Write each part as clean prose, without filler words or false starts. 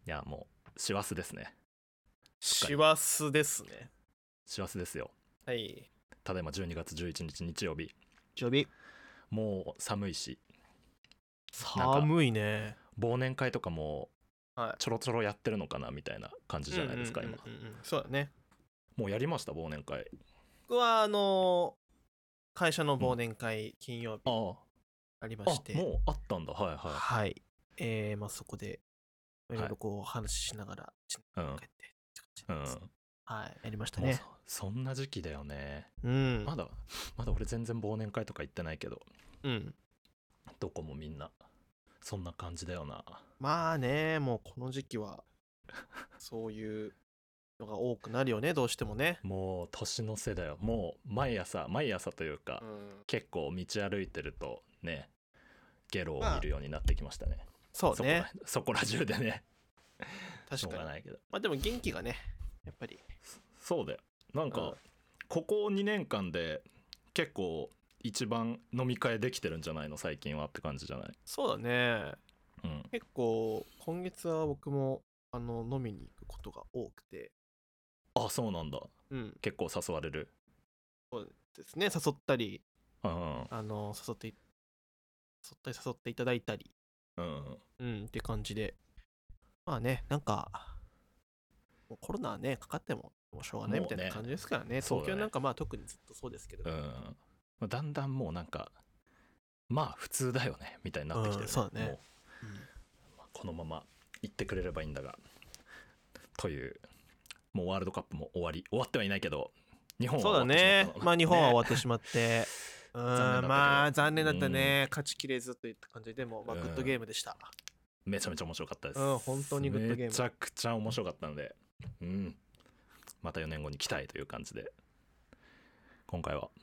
いやもう師走ですね。 師走ですね。 師走ですよ。 はい。 ただいま12月11日日曜日。 日曜日。 もう寒いし、 寒いね。 忘年会とかもはい。 ちょろちょろやってるのかなみたいな感じじゃないですか、今。 そうだね。 もうやりました忘年会。 僕は会社の忘年会、金曜日ありまして。 もうあったんだ。はいはい。 はい。まあそこでいろいろこう話しながら帰ってって感じです。はい、やりましたね。 そんな時期だよね。まだ俺全然忘年会とか行ってないけど、どこもみんなそんな感じだよな。まあね、もうこの時期はそういうのが多くなるよね、どうしてもね。 もう年の瀬だよ。もう毎朝というか、結構道歩いてるとね、ゲロを見るようになってきましたね。 そうね。 そこら中でね。 確かに。 しょうがないけど。 まあでも元気がね、やっぱり。 そうだよ。なんか、ここ2年間で結構一番飲み会できてるんじゃないの最近はって感じじゃない？ そうだね。結構今月は僕も飲みに行くことが多くて。 あ、そうなんだ。結構誘われる。 そうですね。誘ったり、誘っていただいたり、って感じで、まあね、なんかもうコロナはねかかってもしょうがないみたいな感じですからね。東京なんかまあ特にずっとそうですけど、 だんだんもうなんかまあ普通だよねみたいになってきてるね。 そうだね。 このまま行ってくれればいいんだがという。もうワールドカップも終わってはいないけど、日本は終わってしまったの。 そうだね。まあ日本は終わってしまってまあ残念だったね。勝ちきれずといった感じでも、まあグッドゲームでした。 めちゃめちゃ面白かったです。 本当にグッドゲーム。 めちゃくちゃ面白かったので、また4年後に期待という感じで、今回は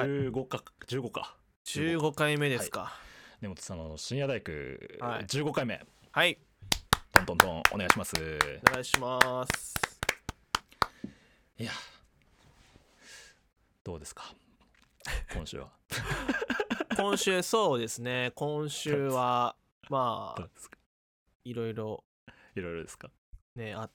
15 回目ですか。 根本さんの深夜大工15回目。 はい。 トントントンお願いします。 お願いします。 いや、どうですか今週は。 今週そうですね。今週はまあいろいろですかねあって、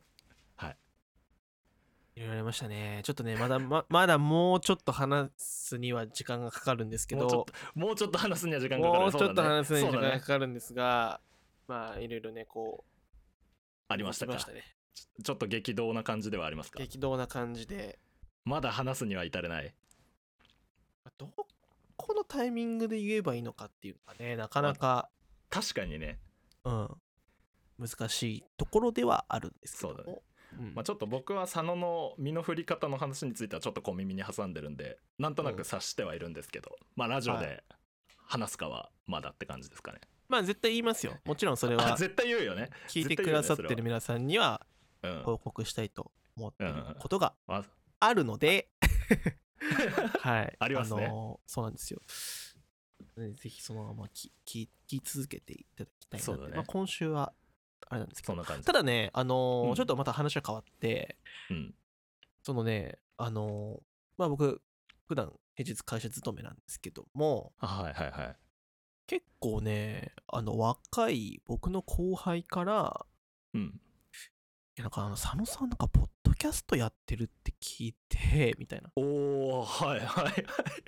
はい。 いろいろありましたね。ちょっとねまだもうちょっと話すには時間がかかるんですけど、 もうちょっと話すには時間かかる。 もうちょっと話すには時間がかかるんですが、まあいろいろねこうありましたか。ちょっと激動な感じではありますか。 激動な感じで、 まだ話すには至れない。 どこのタイミングで言えばいいのかっていうのがね、なかなか確かにね、 難しいところではあるんですけど。 そうだね。まあちょっと僕は佐野の身の振り方の話についてはちょっと小耳に挟んでるんで、なんとなく察してはいるんですけど、まあラジオで話すかはまだって感じですかね。 まあ絶対言いますよ。もちろんそれは絶対言うよね。 聞いてくださってる皆さんには報告したいと思っていることがあるので、はい、 ありますね。 そうなんですよ。ぜひそのまま聞き続けていただきたいなって。まあ今週はあれなんですけど、ただね、ちょっとまた話は変わって、そのね、まあ僕普段平日会社勤めなんですけども、結構ね、若い僕の後輩から、なんか佐野さんなんかポッドキャストやってるって聞いてみたいな。 おー、はいはい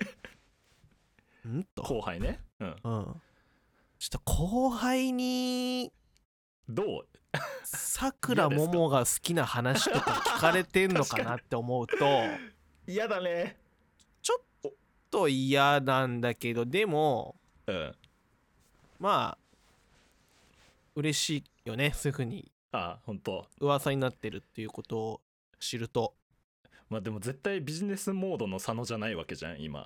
と後輩ね。ちょっと後輩にどうさくらももが好きな話とか聞かれてんのかなって思うと嫌だね。 ちょっと嫌なんだけど、でもまあ嬉しいよね。そういう風に本当噂になってるっていうことを知ると。 まあでも絶対ビジネスモードの佐野じゃないわけじゃん今。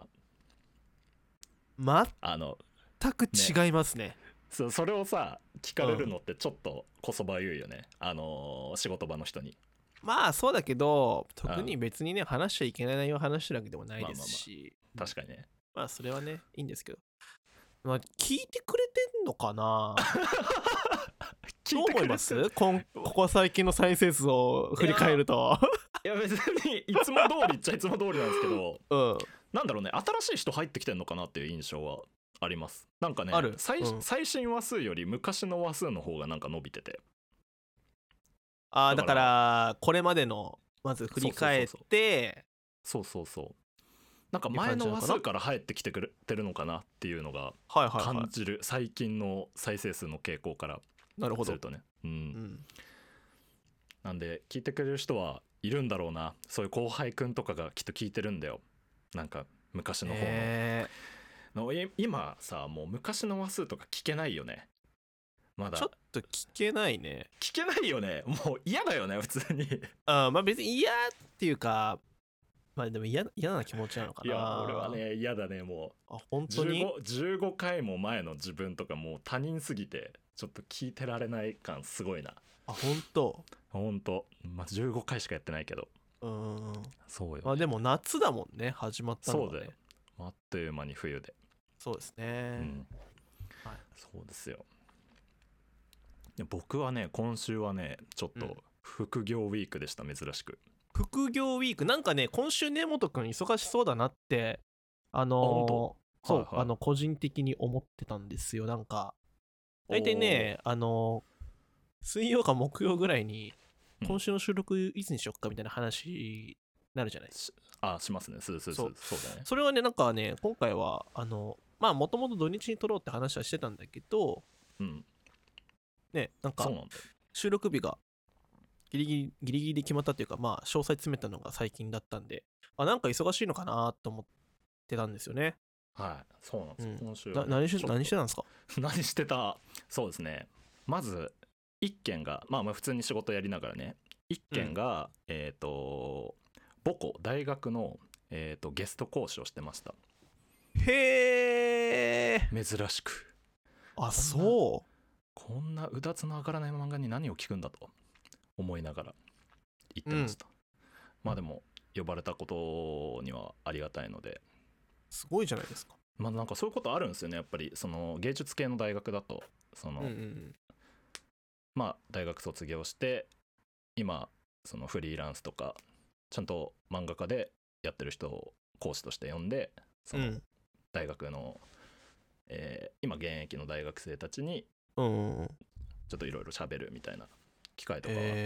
全く違いますね。 それをさ聞かれるのってちょっとこそばゆいよね、仕事場の人に。 まあそうだけど、特に別にね話しちゃいけない内容を話してるわけでもないですし、 確かにね。 まあそれはねいいんですけど、まあ聞いてくれてんのかなどう思います？ここ最近の再生数を振り返ると。 いや別にいつも通りっちゃいつも通りなんですけど、なんだろうね、新しい人入ってきてんのかなっていう印象はあります。なんかね、最新話数より昔の話数の方がなんか伸びてて、 だからこれまでのまず振り返ってそうなんか前の話数から入ってきてくれてるのかなっていうのが感じる、最近の再生数の傾向からするとね。なんで聞いてくれる人はいるんだろうな。そういう後輩くんとかがきっと聞いてるんだよ。なんか昔の方の、今さもう昔の話数とか聞けないよね。まだちょっと聞けないね。 聞けないよね。もう嫌だよね普通に。 まあ別に嫌っていうか、まあでも嫌な気持ちなのかな。 いや俺はね嫌だね。もう本当に 15回も前の自分とかもう他人すぎてちょっと聞いてられない感すごいな。本当まあ15回しかやってないけど。そうよ、ね、 まあでも夏だもんね始まったのはね。 そうだよ。あっという間に冬で。 そうですね、 はい、そうですよ。僕はね今週はねちょっと副業ウィークでした。珍しく副業ウィークなんかね今週根本くん忙しそうだなって個人的に思ってたんですよ。なんか大体ね水曜か木曜ぐらいに今週の収録いつにしよっかみたいな話になるじゃないですか。 しますね。そうだね。 それはねなんかね今回はまあもともと土日に撮ろうって話はしてたんだけど、ねなんか収録日がギリギリで決まったというか、まあ詳細詰めたのが最近だったんで、なんか忙しいのかなと思ってたんですよね。 はい、そうなんですよ。今週は何してたんですか？ 何してた？そうですね。まず1件が、まあ普通に仕事やりながらね、1件が、母校大学の、ゲスト講師をしてました。 へえ。 珍しく。 そう。 こんなうだつの上がらない漫画に何を聞くんだと思いながら言ってました。まあでも呼ばれたことにはありがたいので。 すごいじゃないですか。 まあなんかそういうことあるんですよね。やっぱりその芸術系の大学だとまあ大学卒業して今そのフリーランスとかちゃんと漫画家でやってる人を講師として呼んで、その大学の、今現役の大学生たちにちょっといろいろ喋るみたいな機会とかがあって、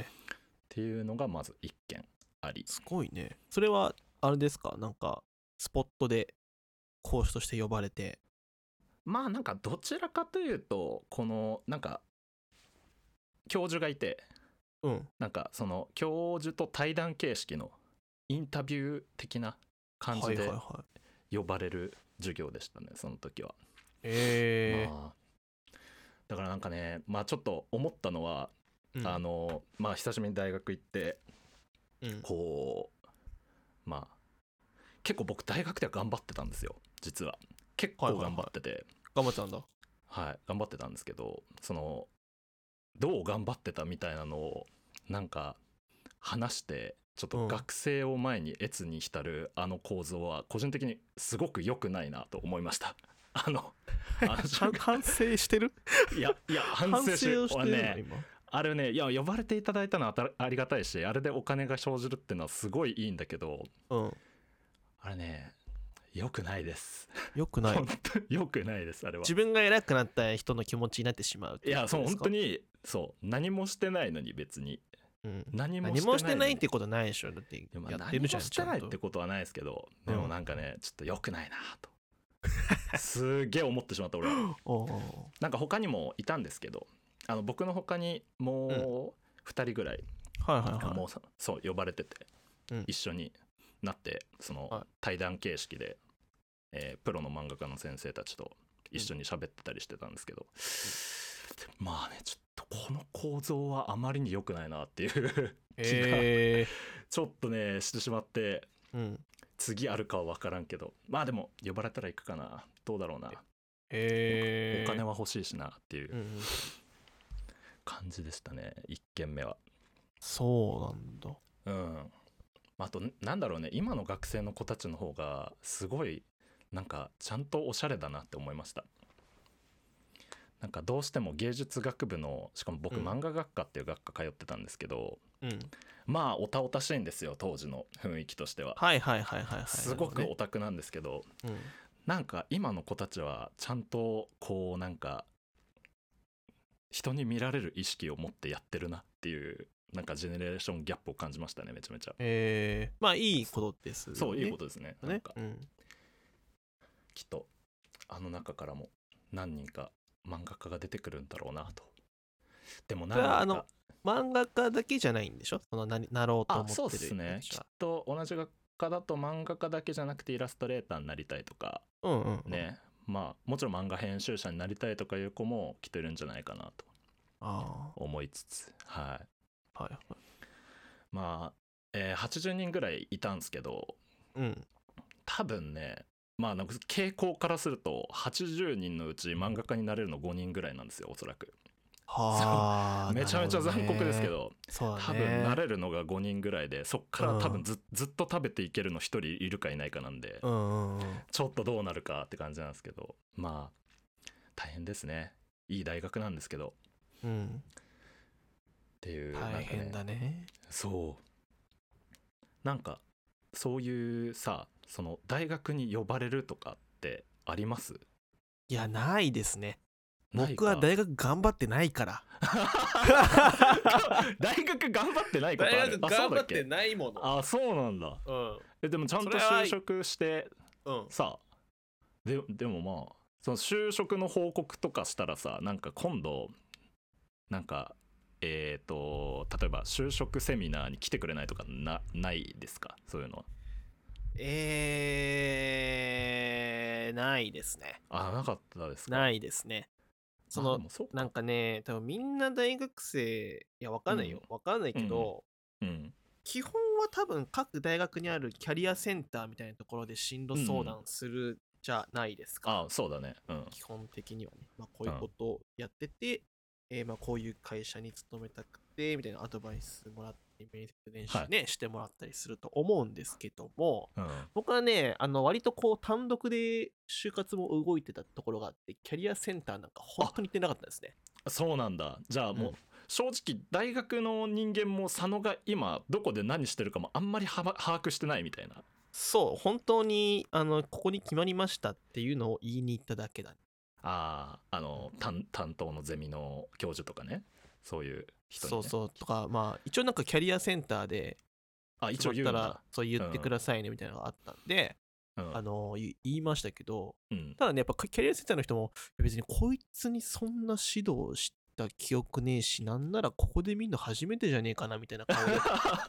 っていうのがまず1件あり。 すごいね。それはあれですか、なんかスポットで講師として呼ばれて？ まあなんかどちらかというとこのなんか教授がいて、なんかその教授と対談形式のインタビュー的な感じで呼ばれる授業でしたね、その時は。まあ、だからなんかね、まあちょっと思ったのは、まあ久しぶりに大学行って、こうまあ結構僕大学では頑張ってたんですよ、実は。結構頑張ってて、 頑張ってたんだ。 はい、頑張ってたんですけど、そのどう頑張ってたみたいなのをなんか話して、ちょっと学生を前に越に浸るあの構造は個人的にすごく良くないなと思いました。 反省してる？ いや反省してるね。あれね、いや呼ばれていただいたのはありがたいし、あれでお金が生じるっていうのはすごいいいんだけど、あれね良くないです。 良くない。 本当に良くないです。あれは自分が偉くなった人の気持ちになってしまう。 いやそう本当にそう何もしてないのに別に、 何もしてないってことないでしょ。だってやってるじゃん。 何もしてないってことはないですけど、でもなんかねちょっと良くないなとすげえ思ってしまった俺は。なんか他にもいたんですけど、僕の他にもう2人ぐらい、もうそう呼ばれてて、一緒になってその対談形式で、プロの漫画家の先生たちと一緒に喋ってたりしてたんですけど、まあねちょっとこの構造はあまりに良くないなっていう気がちょっとねしてしまって、次あるかは分からんけど、まあでも呼ばれたら行くかな。どうだろうな。お金は欲しいしなっていう感じでしたね、1件目は。 そうなんだ。 あとなんだろうね、今の学生の子たちの方がすごいなんかちゃんとおしゃれだなって思いました。なんかどうしても芸術学部の、しかも僕漫画学科っていう学科通ってたんですけど、まあおたおたしいんですよ当時の雰囲気としては。すごくオタクなんですけど、なんか今の子たちはちゃんとなんか人に見られる意識を持ってやってるなっていうなんかジェネレーションギャップを感じましたねめちゃめちゃ。 まあいいことですね。 そういいことですね。なんか、 うんきっとあの中からも何人か漫画家が出てくるんだろうなと。でも何人か漫画家だけじゃないんでしょ、そのなろうと思ってる。 そうですね。きっと同じ学科だと漫画家だけじゃなくてイラストレーターになりたいとか、ね、まあもちろん漫画編集者になりたいとかいう子も来てるんじゃないかなと思いつつ、はいはい。まあ、80人ぐらいいたんですけど、多分ね、まあなんか傾向からすると80人のうち漫画家になれるの5人ぐらいなんですよ、おそらく。めちゃめちゃ残酷ですけど、多分なれるのが5人ぐらいで、そっから多分ずっと食べていけるの1人いるかいないかなんで、ちょっとどうなるかって感じなんですけど、まあ大変ですね。いい大学なんですけど、っていう大変だね。 そうなんかそういうさ、その大学に呼ばれるとかってあります？ いやないですね。僕は大学頑張ってないから大学頑張ってないことある？ 大学頑張ってないもの。 あ、そうなんだ。でもちゃんと就職してさ、でもまあその就職の報告とかしたらさ、なんか今度なんか例えば就職セミナーに来てくれないとかないですか、そういうのは？ ないですね。 なかったですか？ ないですね。なんかね、多分みんな大学生、いやわかんないよ、わかんないけど、基本は多分各大学にあるキャリアセンターみたいなところで進路相談するじゃないですか。 そうだね。 基本的にはね、まあこういうことをやってて、まあこういう会社に勤めたくてみたいなアドバイスもらって面接練習ね、してもらったりすると思うんですけども、僕はね、割とこう単独で就活も動いてたところがあって、キャリアセンターなんか本当に行ってなかったですね。 そうなんだ。じゃあもう、正直大学の人間も佐野が今どこで何してるかもあんまり把握してないみたいな。 そう、本当にここに決まりましたっていうのを言いに行っただけだね。 担当のゼミの教授とかね、そういう人に、ね、 そうとか、まあ一応なんかキャリアセンターで一応言うんだ。 そう言ってくださいねみたいなのがあったんで、言いましたけど、ただねやっぱキャリアセンターの人も別にこいつにそんな指導した記憶ねえし、なんならここで見るの初めてじゃねえかなみたいな顔で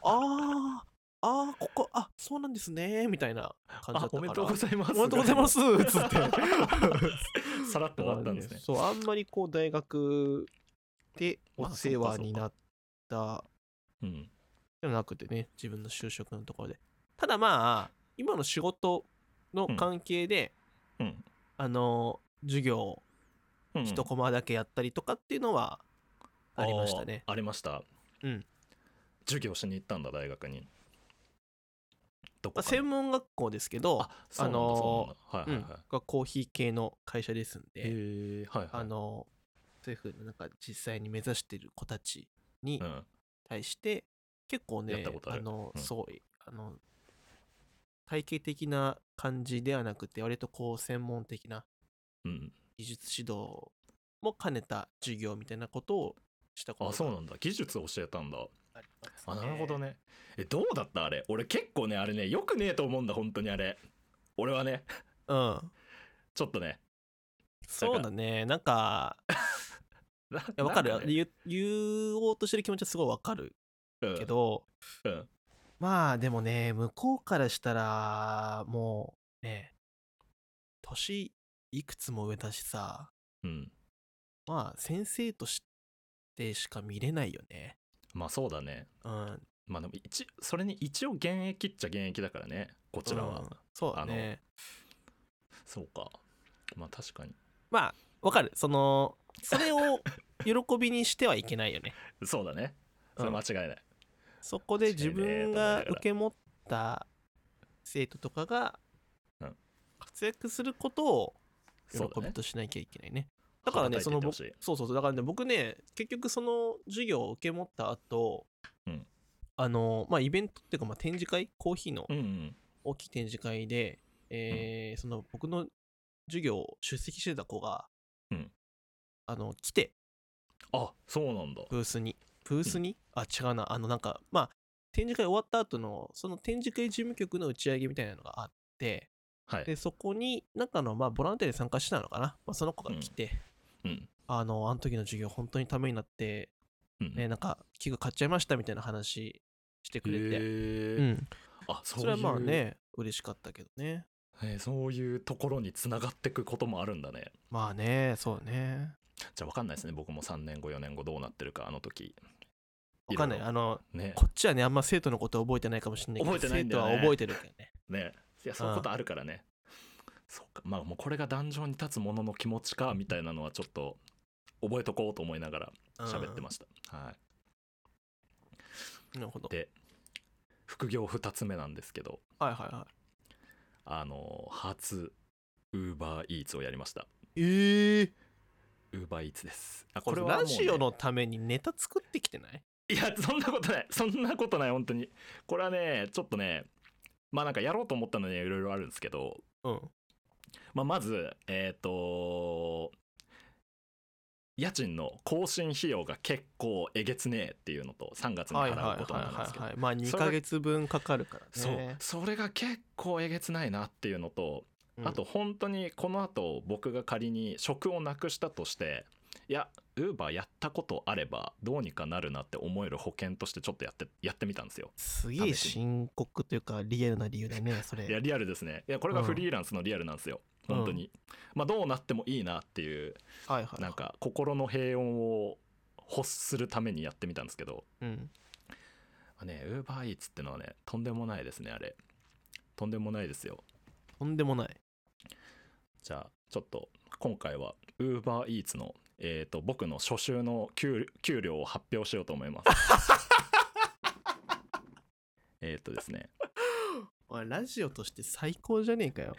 ここそうなんですねみたいな感じだったから、 おめでとうございます、 おめでとうございますっつってさらっと終わったんですね。 そう、あんまりこう大学でお世話になったでもなくてね、自分の就職のところで。ただまあ今の仕事の関係で、授業一コマだけやったりとかっていうのはありましたね。 ありました。授業しに行ったんだ、大学に。 専門学校ですけど、コーヒー系の会社ですんで、そういうふうになんか実際に目指している子たちに対して結構ね、体系的な感じではなくて、割とこう専門的な技術指導も兼ねた授業みたいなことをしたことが。 そうなんだ。技術を教えたんだ。なるほどね。どうだったあれ？俺結構ね、あれね、よくねえと思うんだ、本当にあれ。俺はね。ちょっとね。 そうだね、なんかわかるよ、言おうとしてる気持ちはすごいわかるけど、まあでもね、向こうからしたらもうね、年いくつも上だしさ、まあ先生としてしか見れないよね。 まあそうだね。まあでもそれに一応現役っちゃ現役だからね、こちらは。 そうだね。 そうか。まあ確かに。 まあわかる。それを喜びにしてはいけないよね。 そうだね。それ間違いない。 そこで自分が受け持った生徒とかが活躍することを喜びとしなきゃいけないね。だからね、そうだからね、僕ね、結局その授業を受け持った後、まあイベントっていうか、まあ展示会、コーヒーの大きい展示会で、その僕の授業を出席してた子が、来て、 そうなんだ。 ブースに。 ブースに、違うな、なんか、まあ、展示会終わった後の、その展示会事務局の打ち上げみたいなのがあって、 はい、 で、そこに、中の、まあ、ボランティアで参加したのかな、まあ、その子が来て、あの時の授業、本当にためになって、ね、なんか、器具買っちゃいましたみたいな話してくれて、それはまあね、嬉しかったけどね。 そういうところに繋がっていくこともあるんだね。 まあね、そうね。 じゃあ分かんないですね、僕も3年後4年後どうなってるか、あの時。 分かんない。 ね、 こっちはね、あんま生徒のこと覚えてないかもしれないけど、 覚えてないんだよね、 生徒は覚えてるけどね。 ね、いや、そういうことあるからね。そうか、まあもうこれが壇上に立つ者の気持ちかみたいなのはちょっと覚えとこうと思いながら喋ってました。はい。 なるほど。 で、副業2つ目なんですけど、 はいはいはい。 初ウーバーイーツをやりました。 ウーバーイーツです。 これはもう、ね、ラジオのためにネタ作ってきてない？ いや、そんなことない、そんなことない、本当に。これはね、ちょっとね、まあなんかやろうと思ったのにいろいろあるんですけど、まあ、まず家賃の更新費用が結構えげつねえっていうのと、3月に払うことなんですけど、 まあ2ヶ月分かかるからね。それが結構えげつないなっていうのと、あと本当にこの後僕が仮に職をなくしたとして、いやウーバーやったことあればどうにかなるなって思える保険としてちょっとやってみたんですよ。 すげえ深刻というかリアルな理由だね、それ。 いやリアルですね。いやこれがフリーランスのリアルなんですよ、本当に。まあどうなってもいいなっていう、なんか心の平穏を欲するためにやってみたんですけど、ね、ウーバーイーツってのはね、とんでもないですね。あれとんでもないですよ。 とんでもない。 じゃあちょっと今回はウーバーイーツの僕の初週の給料を発表しようと思いますですねおい、ラジオとして最高じゃねえかよ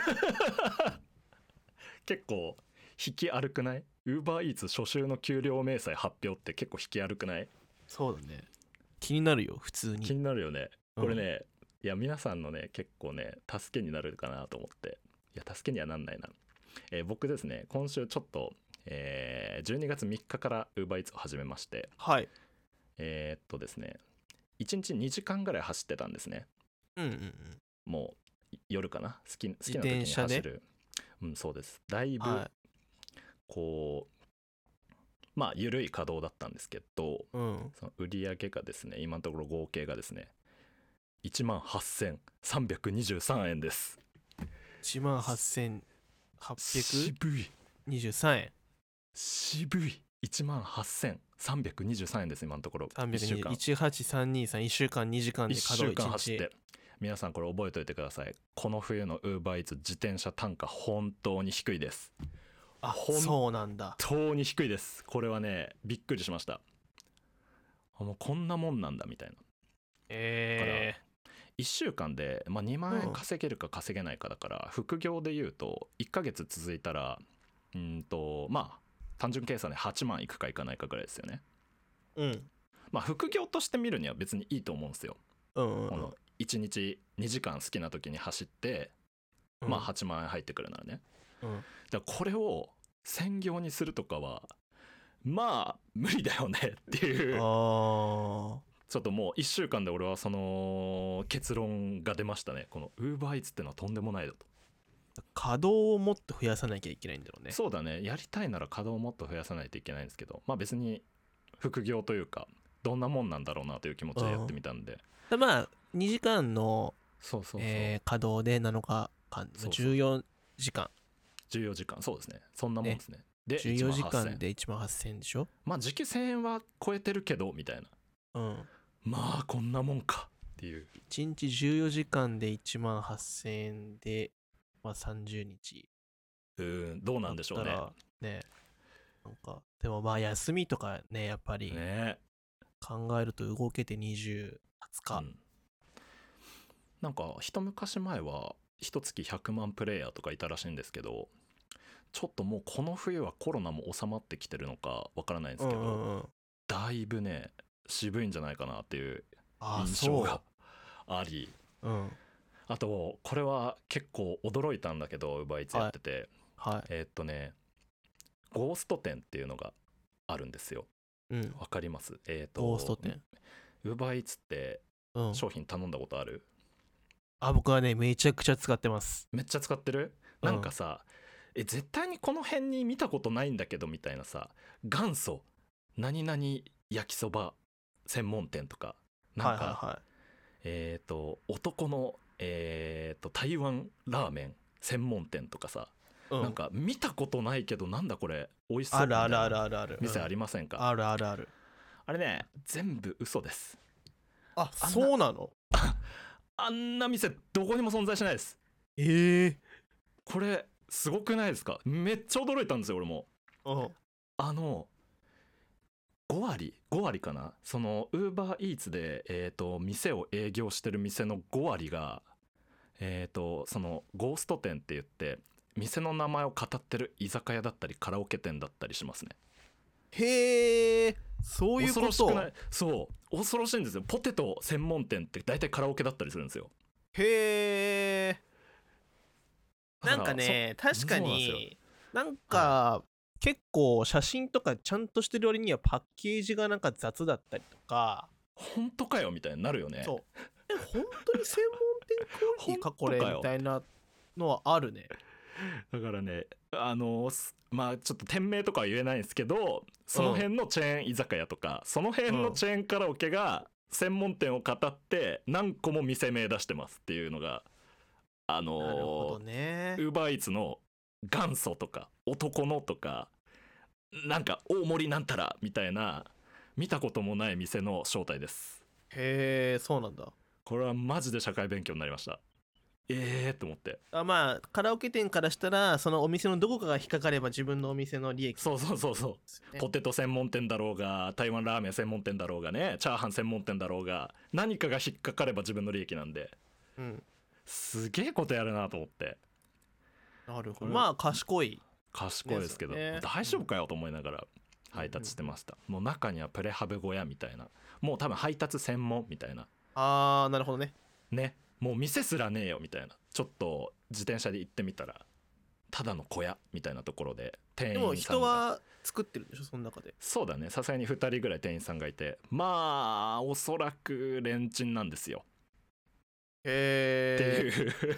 結構引き歩くない？ウーバーイーツ初週の給料明細発表って結構引き歩くない？ そうだね、気になるよ、普通に。 気になるよねこれね、いや皆さんのね結構ね助けになるかなと思って。いや助けにはなんないな。僕ですね、今週ちょっと、12月3日からウーバーイーツを始めまして、 はい。 ですね、1日2時間ぐらい走ってたんですね。もう夜かな、好きな時に走る。そうです。だいぶ、こうまあ緩い稼働だったんですけど、その売り上げがですね、今のところ合計がですね 18,323 円です。 18,823円。 渋い。18,323 円です、今のところ。 18323、1週間2時間で稼働1日。 走って。皆さんこれ覚えておいてください。この冬の UberEats 自転車単価本当に低いです。 そうなんだ。 本当に低いです。これはね、びっくりしました。もうこんなもんなんだみたいな。だから1週間で、まあ、2万円稼げるか稼げないかだから、副業で言うと1ヶ月続いたらまあ単純計算で8万いくかいかないかぐらいですよね。まあ副業として見るには別にいいと思うんですよ。この1日2時間好きな時に走って、まあ8万円入ってくるならね。だからこれを専業にするとかはまあ無理だよねっていう。ちょっともう1週間で俺はその結論が出ましたね。この UberEats ってのはとんでもないだと。 稼働をもっと増やさなきゃいけないんだろうね。 そうだね、やりたいなら稼働をもっと増やさないといけないんですけど、まあ別に副業というかどんなもんなんだろうなという気持ちでやってみたんで、 まあ2時間の稼働で7日間、14時間 14時間、そうですね、そんなもんですね。 で14時間で18,000円でしょ。 まあ時給1000円は超えてるけどみたいな、まあこんなもんかっていう。 1日14時間で18,000円で、まあ、30日。 どうなんでしょうね。 なんかでもまあ休みとかね、やっぱり考えると動けて20日、 なんか一昔前は一月100万プレイヤーとかいたらしいんですけど、ちょっともうこの冬はコロナも収まってきてるのかわからないんですけど、だいぶね渋いんじゃないかなっていう印象があり、あとこれは結構驚いたんだけど、UberEatsやってて、ゴースト店っていうのがあるんですよ。 わかります？ ゴースト店。 ウーバーイーツって商品頼んだことある？ 僕はねめちゃくちゃ使ってます。 めっちゃ使ってる？なんかさ、絶対にこの辺に見たことないんだけどみたいなさ、元祖何々焼きそば専門店とか、なんか、男の台湾ラーメン専門店とかさ、なんか見たことないけどなんだこれ美味しそうみたいな店ありませんか？ あるあるある。 あれね全部嘘です。 そうなの？ あんな店どこにも存在しないです。これすごくないですか？めっちゃ驚いたんですよ俺も。5割かな、そのウーバーイーツで店を営業してる店の5割がそのゴースト店って言って店の名前を語ってる居酒屋だったりカラオケ店だったりしますね。 へえ、そういうこと。 恐ろしくない？そう恐ろしいんですよ。ポテト専門店って大体カラオケだったりするんですよ。 へえ。なんかね確かになんか、結構写真とかちゃんとしてる割にはパッケージがなんか雑だったりとか、 本当かよみたいになるよね。 そう本当に専門店コーヒーかこれみたいなのはあるね。 だからねまあちょっと店名とかは言えないんですけど、その辺のチェーン居酒屋とか、その辺のチェーンカラオケが専門店を語って何個も店名出してますっていうのがなるほどね。 ウーバーイーツの元祖とか男のとかなんか大盛りなんたらみたいな見たこともない店の正体です。 へえ、そうなんだ。 これはマジで社会勉強になりました。と思って。 まあカラオケ店からしたらそのお店のどこかが引っかかれば自分のお店の利益、 そう、ポテト専門店だろうが台湾ラーメン専門店だろうがね、チャーハン専門店だろうが何かが引っかかれば自分の利益なんで、すげえことやるなと思って。 なるほど。まあ賢いですけど、大丈夫かよと思いながら配達してました。もう中にはプレハブ小屋みたいな、もう多分配達専門みたいな。 なるほどね。 もう店すらねえよみたいな。ちょっと自転車で行ってみたらただの小屋みたいなところで店員さんが。でも人は作ってるんでしょその中で。 そうだね、さすがに2人ぐらい店員さんがいて、まあおそらくレンチンなんですよ。って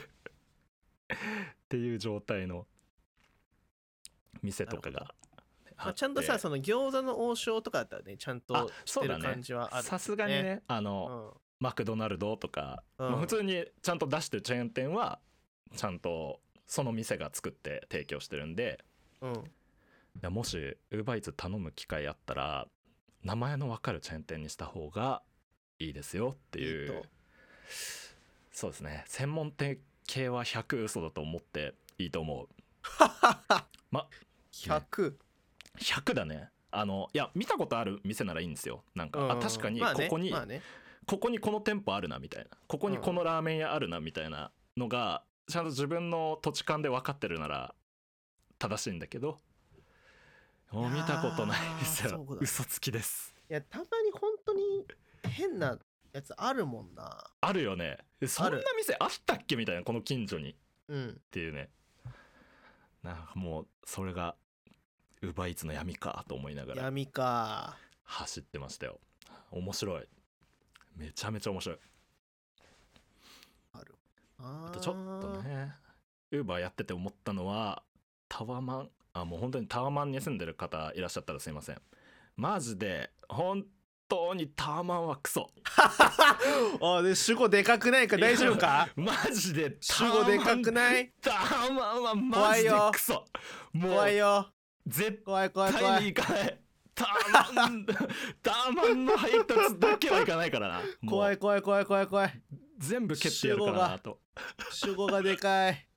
いう状態の店とかがちゃんとさ、その餃子の王将とかだったらねちゃんとしてる感じはある。 さすがにね、マクドナルドとか、普通にちゃんと出してるチェーン店はちゃんとその店が作って提供してるんで、もしウーバーイーツ頼む機会あったら名前の分かるチェーン店にした方がいいですよっていう。そうですね、専門店系は100嘘だと思っていいと思う。 100 だね。いや見たことある店ならいいんですよ。なんか、確かにここに、ここにこの店舗あるなみたいな、ここにこのラーメン屋あるなみたいなのがちゃんと自分の土地勘で分かってるなら正しいんだけど、もう見たことないですよ。嘘つきです。 いやたまに本当に変なやつあるもんな。 あるよね。そんな店あったっけみたいな、この近所に、っていうね。なんかもうそれがウーバーイーツの闇かと思いながら走ってましたよ。面白い、めちゃめちゃ面白い。あとちょっとねウーバーやってて思ったのはタワマン、もう本当にタワマンに住んでる方いらっしゃったらすいません、マジで本当にタワマンはクソ。 で主語でかくないか、大丈夫か？ マジで主語でかくない？ タワマンはマジでクソ。もう怖いよ。 絶対に行かない。タワマンの配達だけは行かないからな。 怖い。 全部蹴ってやるからなと。 主語がでかい。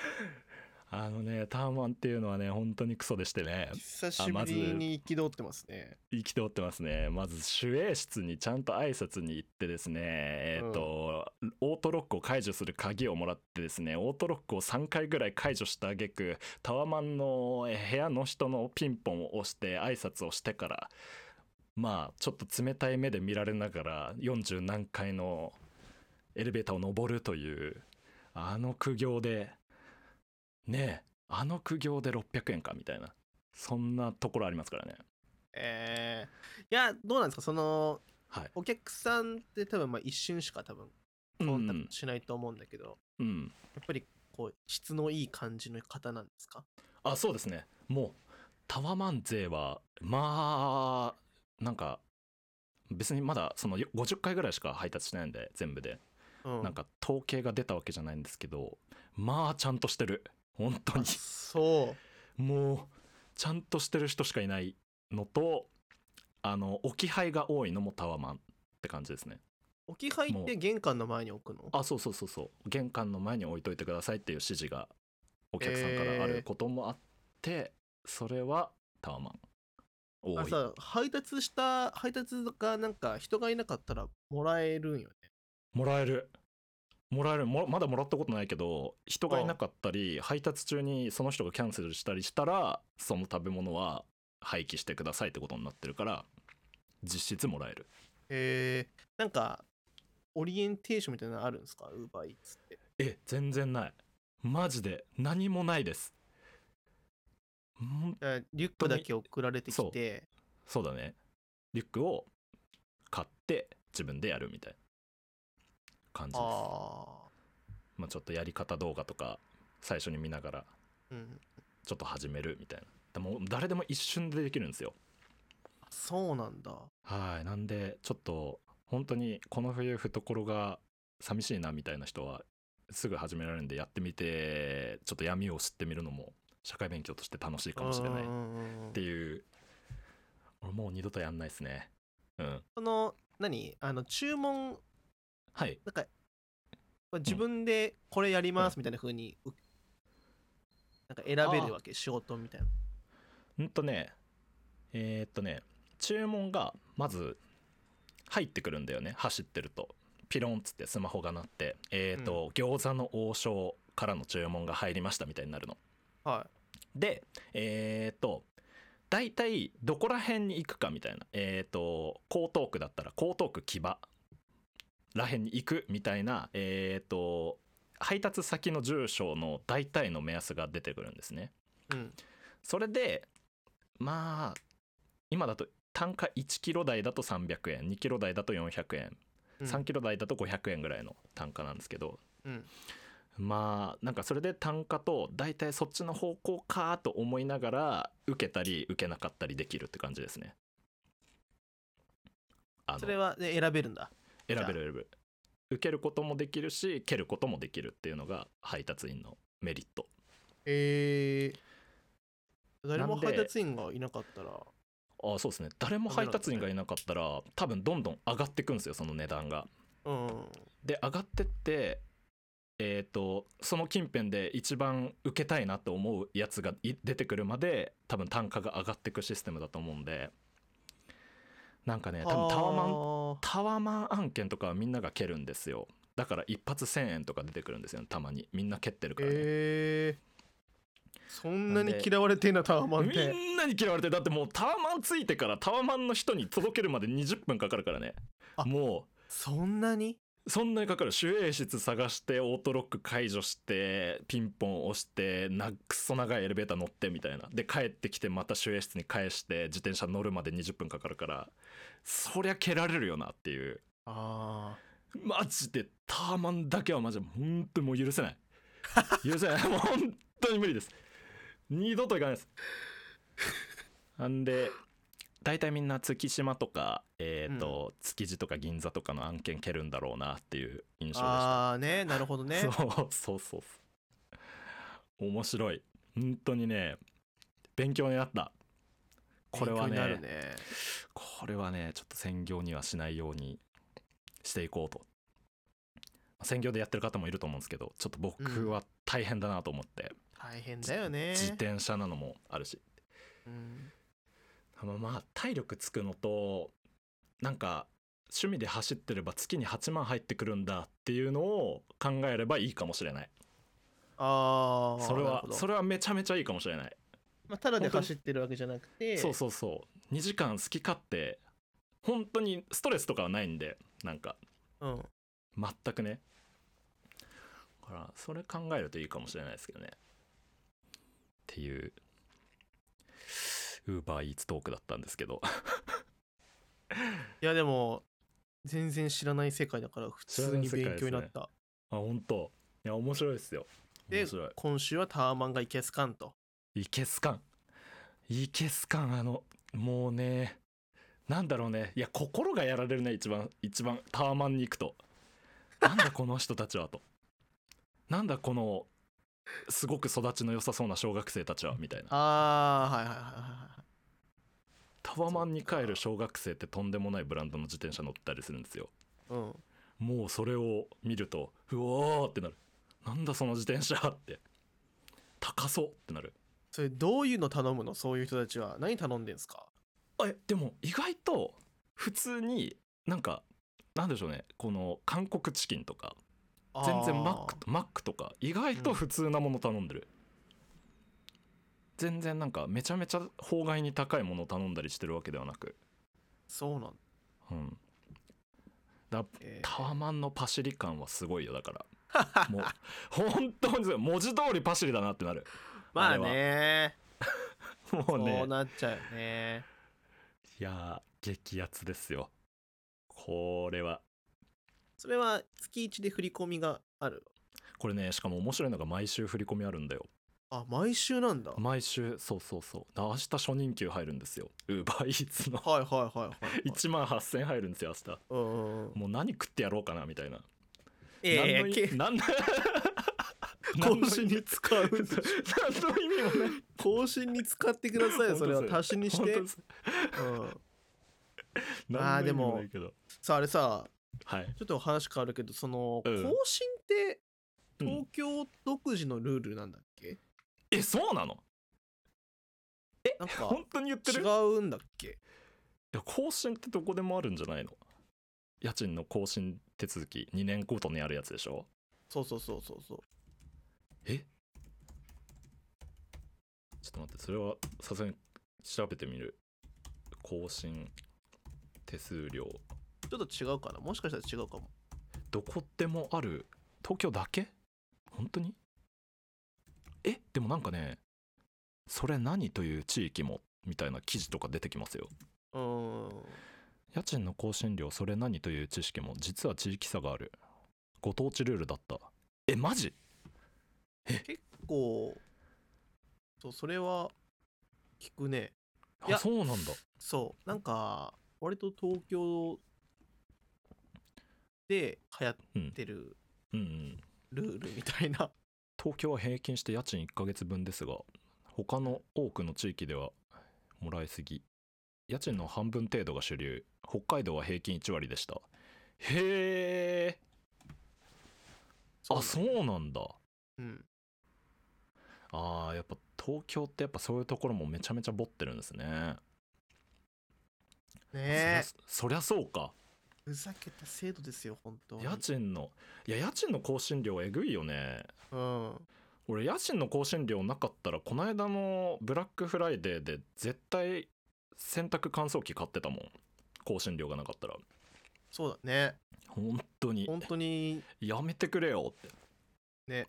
タワマンっていうのはね本当にクソでしてね、 久しぶりに憤ってますね。 まず守衛室にちゃんと挨拶に行ってですね、オートロックを解除する鍵をもらってですね、オートロックを3回ぐらい解除した挙句タワマンの部屋の人のピンポンを押して挨拶をしてから、まあちょっと冷たい目で見られながら40何階のエレベーターを登るという苦行でね、苦行で600円かみたいな、そんなところありますからね。 いやどうなんですか、その、はい、お客さんって多分まあ一瞬しか多分コンタクトしないと思うんだけど、うん、やっぱりこう質のいい感じの方なんですか？ あ、そうですね。もうタワマン勢はまあなんか別にまだその50回ぐらいしか配達してないんで全部で、うん、なんか統計が出たわけじゃないんですけど、まあちゃんとしてる、本当に。 そうもうちゃんとしてる人しかいないのと、置き配が多いのもタワマンって感じですね。 置き配って玄関の前に置くの？ あ、そうそうそうそう、玄関の前に置いといてくださいっていう指示がお客さんからあることもあって、それはタワマン多い。 あ、さ、配達がなんか人がいなかったらもらえるんよね。 もらえるまだもらったことないけど、人がいなかったり配達中にその人がキャンセルしたりしたら、その食べ物は廃棄してくださいってことになってるから、実質もらえる。 なんかオリエンテーションみたいなのあるんですか、ウーバーイーツって？ 全然ない、マジで何もないです。 リュックだけ送られてきて、 そうだね、リュックを買って自分でやるみたいな感じです。まあちょっとやり方動画とか最初に見ながらちょっと始めるみたいな。でも誰でも一瞬でできるんですよ。 そうなんだ。 はい、なんでちょっと本当にこの冬懐が寂しいなみたいな人はすぐ始められるんで、やってみてちょっと闇を知ってみるのも社会勉強として楽しいかもしれないっていう。俺もう二度とやんないですね。うん。 その注文、 はい、 なんか自分でこれやりますみたいな風に、なんか選べるわけ、仕事みたいな。 注文がまず入ってくるんだよね。走ってるとピロンっつってスマホが鳴って、餃子の王将からの注文が入りましたみたいになるの。 はい。 で大体どこら辺に行くかみたいな、江東区だったら江東区木場ら辺に行くみたいな、配達先の住所の大体の目安が出てくるんですね。うん、それでまあ今だと単価1キロ台だと300円、2キロ台だと400円、3キロ台だと500円ぐらいの単価なんですけど、うん、まあなんかそれで単価と大体そっちの方向かと思いながら受けたり受けなかったりできるって感じですね。 それは、ね、選べるんだ。 選べる受けることもできるし蹴ることもできるっていうのが配達員のメリット。 誰も配達員がいなかったら、 そうですね、誰も配達員がいなかったら多分どんどん上がっていくんですよ、その値段が。で上がってって、その近辺で一番受けたいなと思うやつが出てくるまで多分単価が上がっていくシステムだと思うんで、なんかね、多分タワマン案件とかはみんなが蹴るんですよ。だから一発1000円とか出てくるんですよね、たまに。みんな蹴ってるからね。 そんなに嫌われてんな、タワマンって。 みんなに嫌われて、だってもうタワマンついてからタワマンの人に届けるまで20分かかるからね。もうそんなにかかる。守衛室探してオートロック解除してピンポン押してくっそ長いエレベーター乗ってみたいなで、帰ってきてまた守衛室に返して自転車乗るまで20分かかるから、そりゃ蹴られるよなっていう。マジでタワマンだけはマジで本当にもう許せない許せないもう本当に無理です。二度と行かないですなんで大体みんな月島とか、築地とか銀座とかの案件蹴るんだろうなっていう印象でした。 ね、なるほどねそう面白い、本当にね、勉強になった。これはねこれはねちょっと専業にはしないようにしていこうと。専業でやってる方もいると思うんですけど、ちょっと僕は大変だなと思って、 大変だよね、 自転車なのもあるし、まあ体力つくのと、なんか趣味で走ってれば月に8万入ってくるんだっていうのを考えればいいかもしれない。それはめちゃめちゃいいかもしれない。 ただで走ってるわけじゃなくて、 そう2時間好き勝手、本当にストレスとかはないんで、なんか、全くね。だからそれ考えるといいかもしれないですけどねっていう。 Uber Eatsトークだったんですけどいやでも全然知らない世界だから普通に勉強になった、ね、 本当。いや面白いですよ。 で今週はタワマンがいけすかんと。 いけすかんもうね、なんだろうね、いや心がやられるね、一番タワマンに行くと。なんだこの人たちはと、なんだこのすごく育ちの良さそうな小学生たちはみたいな。 はいはいはいはい。 タワマンに帰る小学生ってとんでもないブランドの自転車乗ったりするんですよ。もうそれを見るとうおーってなる。なんだその自転車って、高そうってなる。 それどういうの頼むの？そういう人たちは何頼んでんすか？ でも意外と普通になんかなんでしょうね、この韓国チキンとか全然マックとか意外と普通なもの頼んでる、全然なんかめちゃめちゃ法外に高いものを頼んだりしてるわけではなく。 そうなんだ、タワマンのパシリ感はすごいよ。だからもう本当に文字通りパシリだなってなる。 まあねもうね、 そうなっちゃうよね。 いや激アツですよこれは。 それは月1で振り込みがある？ これね、しかも面白いのが毎週振り込みあるんだよ。 毎週なんだ。 毎週、そう明日初任給入るんですよ、Uber Eats の。 はいはいはいはい、 1万8000入るんですよ明日。もう何食ってやろうかなみたいな。 更新に使う。何の意味もない。更新に使ってくださいよ。それは足しにして。でもさ、あれさ、ちょっと話変わるけど、その更新って東京独自のルールなんだっけ？ そうなの？なんか本当に言ってる？ 違うんだっけ？いや更新ってどこでもあるんじゃないの？家賃の更新手続き2年ごとにあるやつでしょ？そう。ちょっと待って、それはさすがに調べてみる。更新手数料ちょっと違うかな、もしかしたら違うかも。 どこでもある？東京だけ？本当に？でもなんかね、それ何という地域もみたいな記事とか出てきますよ。家賃の更新料それ何という知識も実は地域差がある。ご当地ルールだった。マジ？ 結構それは聞くね。 そうなんだ。 そうなんか割と東京で流行ってるルールみたいな。 東京は平均して家賃1ヶ月分ですが、他の多くの地域ではもらいすぎ。家賃の半分程度が主流。北海道は平均1割でした。へえ。そうなんだ。やっぱ東京ってやっぱそういうところもめちゃめちゃボってるんですね。そりゃそうか。 ふざけた制度ですよ本当に。 家賃の更新料えぐいよね。俺家賃の更新料なかったらこの間のブラックフライデーで絶対洗濯乾燥機買ってたもん、更新料がなかったら。 そうだね、 本当にやめてくれよってね。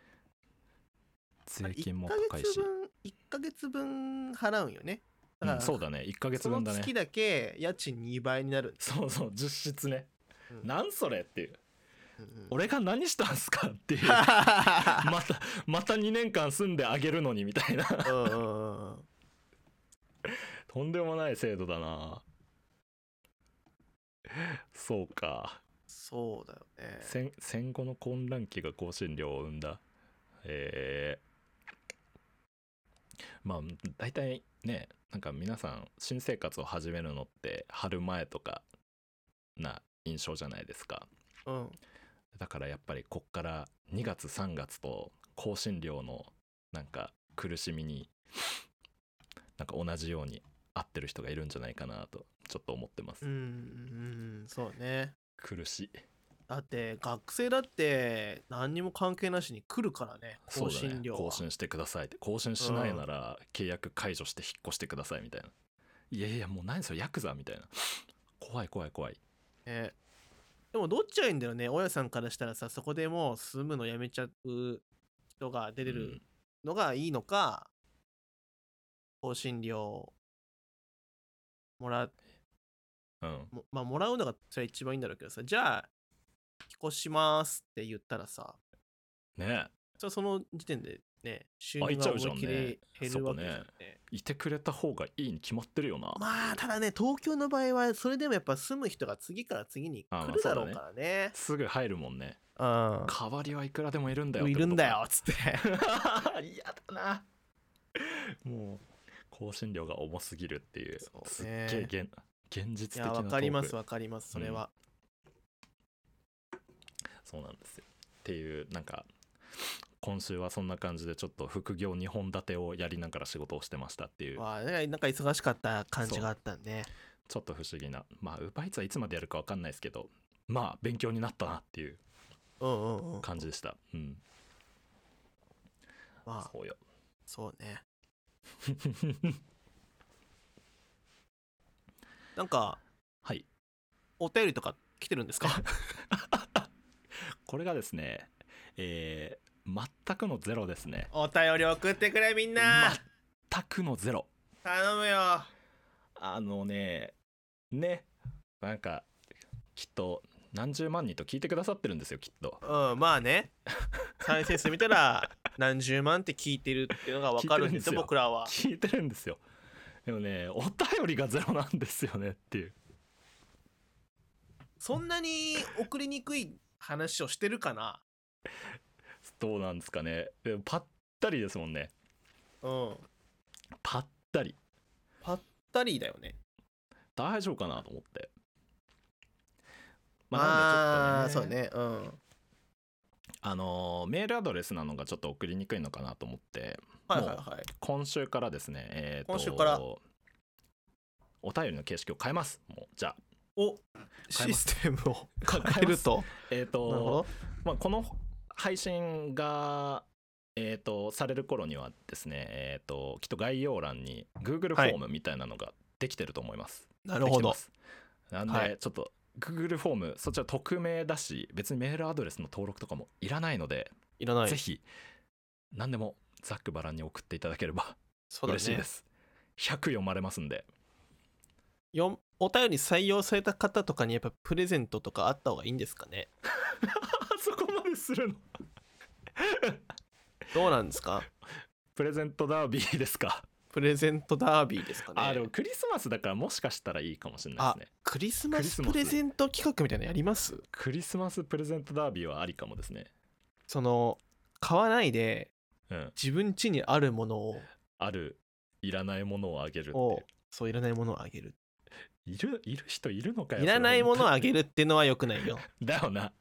税金も高いし 1ヶ月分払うんよね。 そうだね、1ヶ月分だね。 その月だけ家賃2倍になる。 そう実質ね、なんそれっていう、俺が何したんすかっていうまた2年間住んであげるのにみたいなとんでもない制度だな。そうか、 そうだよね。 戦後の混乱期が更新料を生んだ。まあ大体ね、なんか皆さん新生活を始めるのって春前とかな印象じゃないですか。だからやっぱりこっから2月3月と更新料のなんか苦しみになんか同じように合ってる人がいるんじゃないかなとちょっと思ってます。 そうね、 苦しい。 だって学生だって何にも関係なしに来るからね、更新料は。 更新してくださいって、更新しないなら契約解除して引っ越してくださいみたいな。いやもう何それヤクザみたいな。怖い。 でもどっちがいいんだよね、大家さんからしたらさ、そこでもう住むのやめちゃう人が出れるのがいいのか、更新料もらう、まあもらうのがそれは一番いいんだろうけどさ、じゃあ引っ越しますって言ったらさ、 ね、 その時点でね、収入が思いっきり減るわけですよね。 いてくれた方がいいに決まってるよな。 まあただね、東京の場合はそれでもやっぱ住む人が次から次に来るだろうからね。 すぐ入るもんね。 代わりはいくらでもいるんだよ。 いるんだよっつって。 嫌だな。もう更新料が重すぎるっていう。すっげえ現実的なトーク。 いや、わかりますわかります、それは。 そうなんですよ。っていうなんか今週はそんな感じでちょっと副業2本立てをやりながら仕事をしてましたっていう。 なんか忙しかった感じがあったんで、 ちょっと不思議な、まあウーバーイーツはいつまでやるか分かんないですけど、まあ勉強になったなっていう感じでした。まあそうよ。 そうね。なんかはいお便りとか来てるんですか？ これがですね、全くのゼロですね。 お便り送ってくれみんな。 全くのゼロ。 頼むよ。 なんかきっと何十万人と聞いてくださってるんですよきっと。 まあね。再生数見たら何十万って聞いてるっていうのが分かるんですよ。僕らは聞いてるんですよ。でもね、お便りがゼロなんですよねっていう。 そんなに送りにくい話をしてるかな。 どうなんですかね。ぱったりですもんね。ぱったりだよね。 大丈夫かなと思って。 なんでちょっとね。そうね。 メールアドレスなのがちょっと送りにくいのかなと思って、今週からですね、 今週からお便りの形式を変えます。もうじゃあシステムを変えるとまあ、この配信がされる頃にはですね、きっと概要欄に Google フォームみたいなのができてると思います。 なるほど。 なんでちょっと Google フォーム、そちら匿名だし別にメールアドレスの登録とかもいらないので、ぜひ何でもざっくばらんに送っていただければ嬉しいです。100読まれますんで。 お便り採用された方とかにやっぱプレゼントとかあった方がいいんですかね。 そこまでするの？ どうなんですか？ プレゼントダービーですか？ プレゼントダービーですかね。 でもクリスマスだからもしかしたらいいかもしれないですね。 クリスマスプレゼント企画みたいなのやります？ クリスマスプレゼントダービーはありかもですね。 買わないで、自分家にあるものをいらないものをあげるっていう。 そう、いらないものをあげる。 いる人いるのかよ。 いらないものをあげるっていうのは良くないよ。 だよな。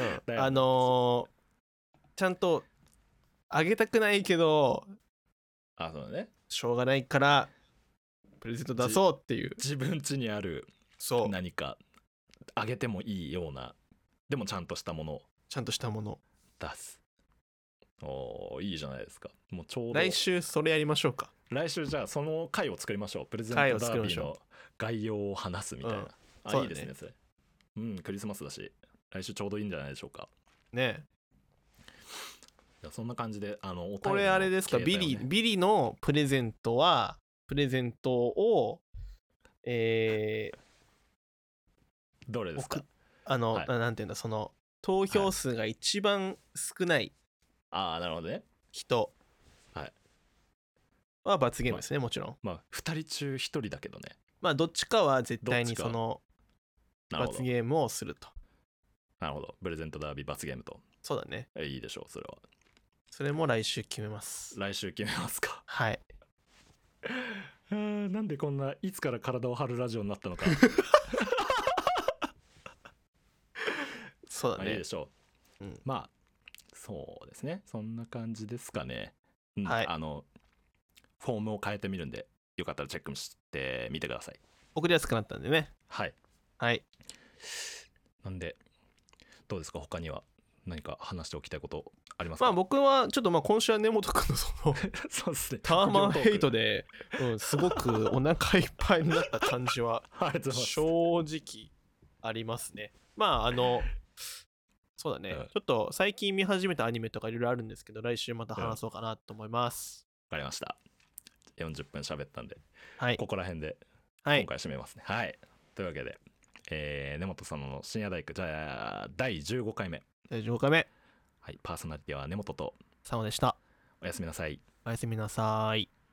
ちゃんとあげたくないけど、 そうだね。 しょうがないからプレゼント出そうっていう。 自分家にある何かあげてもいいような、でもちゃんとしたもの出す。いいじゃないですか。もうちょうど来週それやりましょうか。 来週じゃあその回を作りましょう。プレゼントダービーの概要を話すみたいな。いいですねそれ。クリスマスだし来週ちょうどいいんじゃないでしょうかね。 そんな感じでこれあれですか、ビリのプレゼントをどれですか？ なんていうんだ、その投票数が一番少ないなるほどね。 人は罰ゲームですね。もちろん 2人中1人だけどね。 どっちかは絶対にその罰ゲームをすると。 なるほど。プレゼントダービー罰ゲームと。 そうだね。 いいでしょうそれは。 それも来週決めます。 来週決めますか。 はい。 なんでこんないつから体を張るラジオになったのか。 そうだね。 いいでしょう。まあそうですね。そんな感じですかね。 はい。 フォームを変えてみるんで、よかったらチェックしてみてください。 送りやすくなったんでね。 はい。なんでどうですか、他には何か話しておきたいことありますか？ 僕はちょっ今週は根本君のそうですね、 タワマンヘイトで、すごくお腹いっぱいになった感じは正直ありますね。そうだね、ちょっと最近見始めたアニメとかいろいろあるんですけど、来週また話そうかなと思います。 わかりました。40分喋ったんで、 はい、 ここら辺ではい、 今回締めますね。はい。というわけで、根本さんの深夜大工、じゃあ第15回目。 第15回目。 はい、パーソナリティは根本と佐野でした。 おやすみなさい。 おやすみなさい。